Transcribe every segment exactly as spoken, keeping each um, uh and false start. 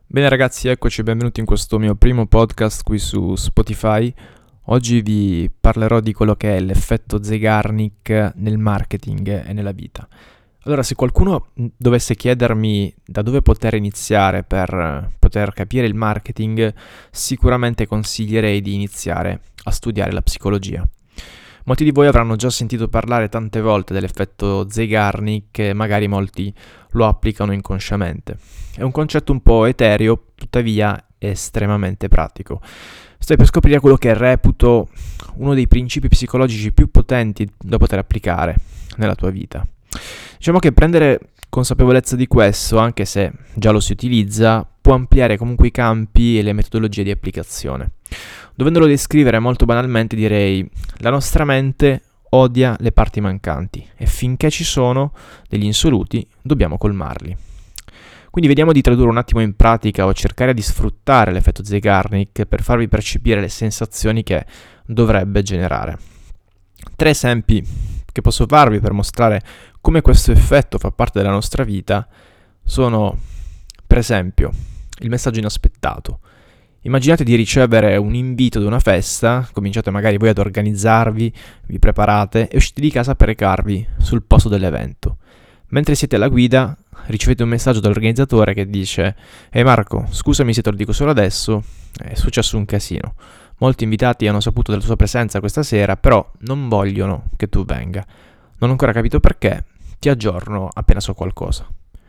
Bene ragazzi, eccoci, benvenuti in questo mio primo podcast qui su Spotify. Oggi vi parlerò di quello che è l'effetto Zeigarnik nel marketing e nella vita. Allora, se qualcuno dovesse chiedermi da dove poter iniziare per poter capire il marketing, sicuramente consiglierei di iniziare a studiare la psicologia. Molti di voi avranno già sentito parlare tante volte dell'effetto Zeigarnik e magari molti lo applicano inconsciamente. È un concetto un po' etereo, tuttavia è estremamente pratico. Stai per scoprire quello che reputo uno dei principi psicologici più potenti da poter applicare nella tua vita. Diciamo che prendere consapevolezza di questo, anche se già lo si utilizza, può ampliare comunque i campi e le metodologie di applicazione. Dovendolo descrivere molto banalmente direi: la nostra mente odia le parti mancanti e finché ci sono degli insoluti dobbiamo colmarli. Quindi vediamo di tradurre un attimo in pratica o cercare di sfruttare l'effetto Zeigarnik per farvi percepire le sensazioni che dovrebbe generare. Tre esempi che posso farvi per mostrare come questo effetto fa parte della nostra vita sono, per esempio, il messaggio inaspettato. Immaginate di ricevere un invito ad una festa, cominciate magari voi ad organizzarvi, vi preparate e uscite di casa per recarvi sul posto dell'evento. Mentre siete alla guida, ricevete un messaggio dall'organizzatore che dice: «Ehi Marco, scusami se te lo dico solo adesso, è successo un casino. Molti invitati hanno saputo della tua presenza questa sera, però non vogliono che tu venga. Non ho ancora capito perché, ti aggiorno appena so qualcosa».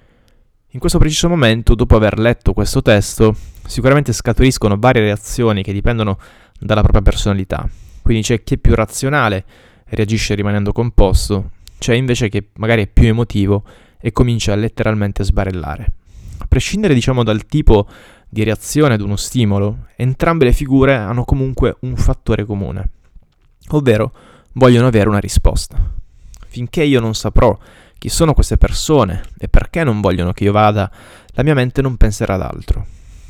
In questo preciso momento, dopo aver letto questo testo, sicuramente scaturiscono varie reazioni che dipendono dalla propria personalità. Quindi c'è chi è più razionale e reagisce rimanendo composto, c'è invece che magari è più emotivo e comincia letteralmente a sbarellare. A prescindere, diciamo, dal tipo di reazione ad uno stimolo, entrambe le figure hanno comunque un fattore comune, ovvero vogliono avere una risposta. Finché io non saprò chi sono queste persone e perché non vogliono che io vada, la mia mente non penserà ad altro.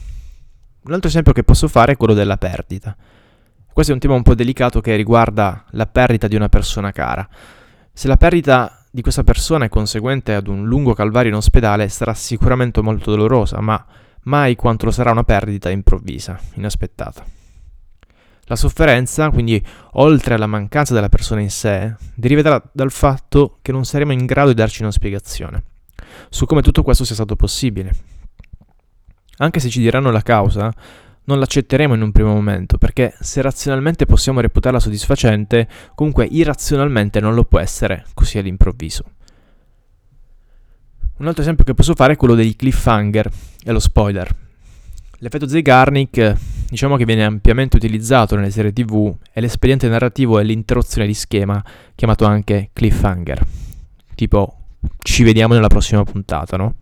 Un altro esempio che posso fare è quello della perdita. Questo è un tema un po' delicato che riguarda la perdita di una persona cara. Se la perdita di questa persona è conseguente ad un lungo calvario in ospedale, sarà sicuramente molto dolorosa, ma mai quanto lo sarà una perdita improvvisa, inaspettata. La sofferenza, quindi, oltre alla mancanza della persona in sé, deriverà dal fatto che non saremo in grado di darci una spiegazione su come tutto questo sia stato possibile. Anche se ci diranno la causa, non l'accetteremo in un primo momento, perché se razionalmente possiamo reputarla soddisfacente, comunque irrazionalmente non lo può essere così all'improvviso. Un altro esempio che posso fare è quello dei cliffhanger e lo spoiler. L'effetto Zeigarnik, diciamo che viene ampiamente utilizzato nelle serie tivù e l'espediente narrativo è l'interruzione di schema, chiamato anche cliffhanger. Tipo, ci vediamo nella prossima puntata, no?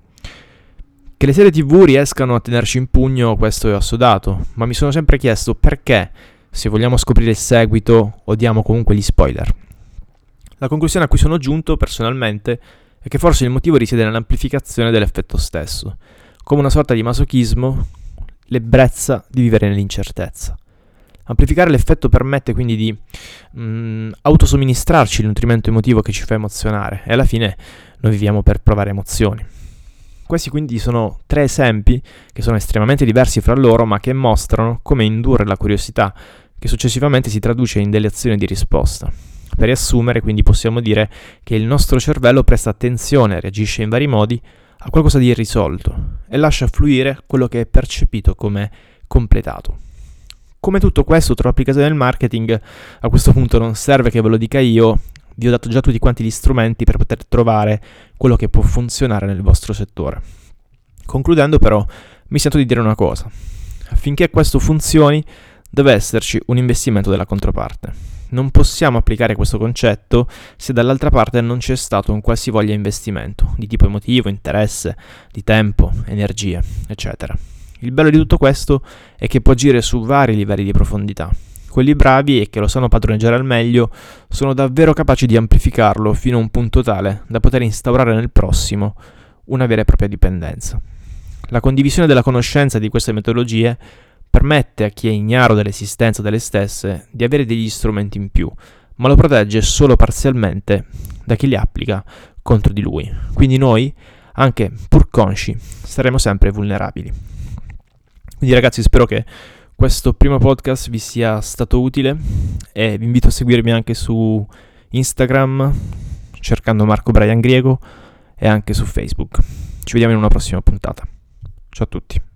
Che le serie tivù riescano a tenerci in pugno, questo è assodato, ma mi sono sempre chiesto perché, se vogliamo scoprire il seguito, odiamo comunque gli spoiler. La conclusione a cui sono giunto, personalmente, è che forse il motivo risiede nell'amplificazione dell'effetto stesso, come una sorta di masochismo, l'ebbrezza di vivere nell'incertezza. Amplificare l'effetto permette quindi di mh, autosomministrarci il nutrimento emotivo che ci fa emozionare e alla fine noi viviamo per provare emozioni. Questi quindi sono tre esempi che sono estremamente diversi fra loro, ma che mostrano come indurre la curiosità, che successivamente si traduce in delle azioni di risposta. Per riassumere, quindi, possiamo dire che il nostro cervello presta attenzione e reagisce in vari modi a qualcosa di irrisolto e lascia fluire quello che è percepito come completato. Come tutto questo trova applicazione nel marketing, a questo punto non serve che ve lo dica io, vi ho dato già tutti quanti gli strumenti per poter trovare quello che può funzionare nel vostro settore. Concludendo però, mi sento di dire una cosa: affinché questo funzioni deve esserci un investimento della controparte. Non possiamo applicare questo concetto se dall'altra parte non c'è stato un qualsivoglia investimento, di tipo emotivo, interesse, di tempo, energie, eccetera. Il bello di tutto questo è che può agire su vari livelli di profondità. Quelli bravi e che lo sanno padroneggiare al meglio sono davvero capaci di amplificarlo fino a un punto tale da poter instaurare nel prossimo una vera e propria dipendenza. La condivisione della conoscenza di queste metodologie permette a chi è ignaro dell'esistenza delle stesse di avere degli strumenti in più, ma lo protegge solo parzialmente da chi li applica contro di lui. Quindi noi, anche pur consci, saremo sempre vulnerabili. Quindi ragazzi, spero che questo primo podcast vi sia stato utile e vi invito a seguirmi anche su Instagram cercando Marco Brian Griego e anche su Facebook. Ci vediamo in una prossima puntata. Ciao a tutti.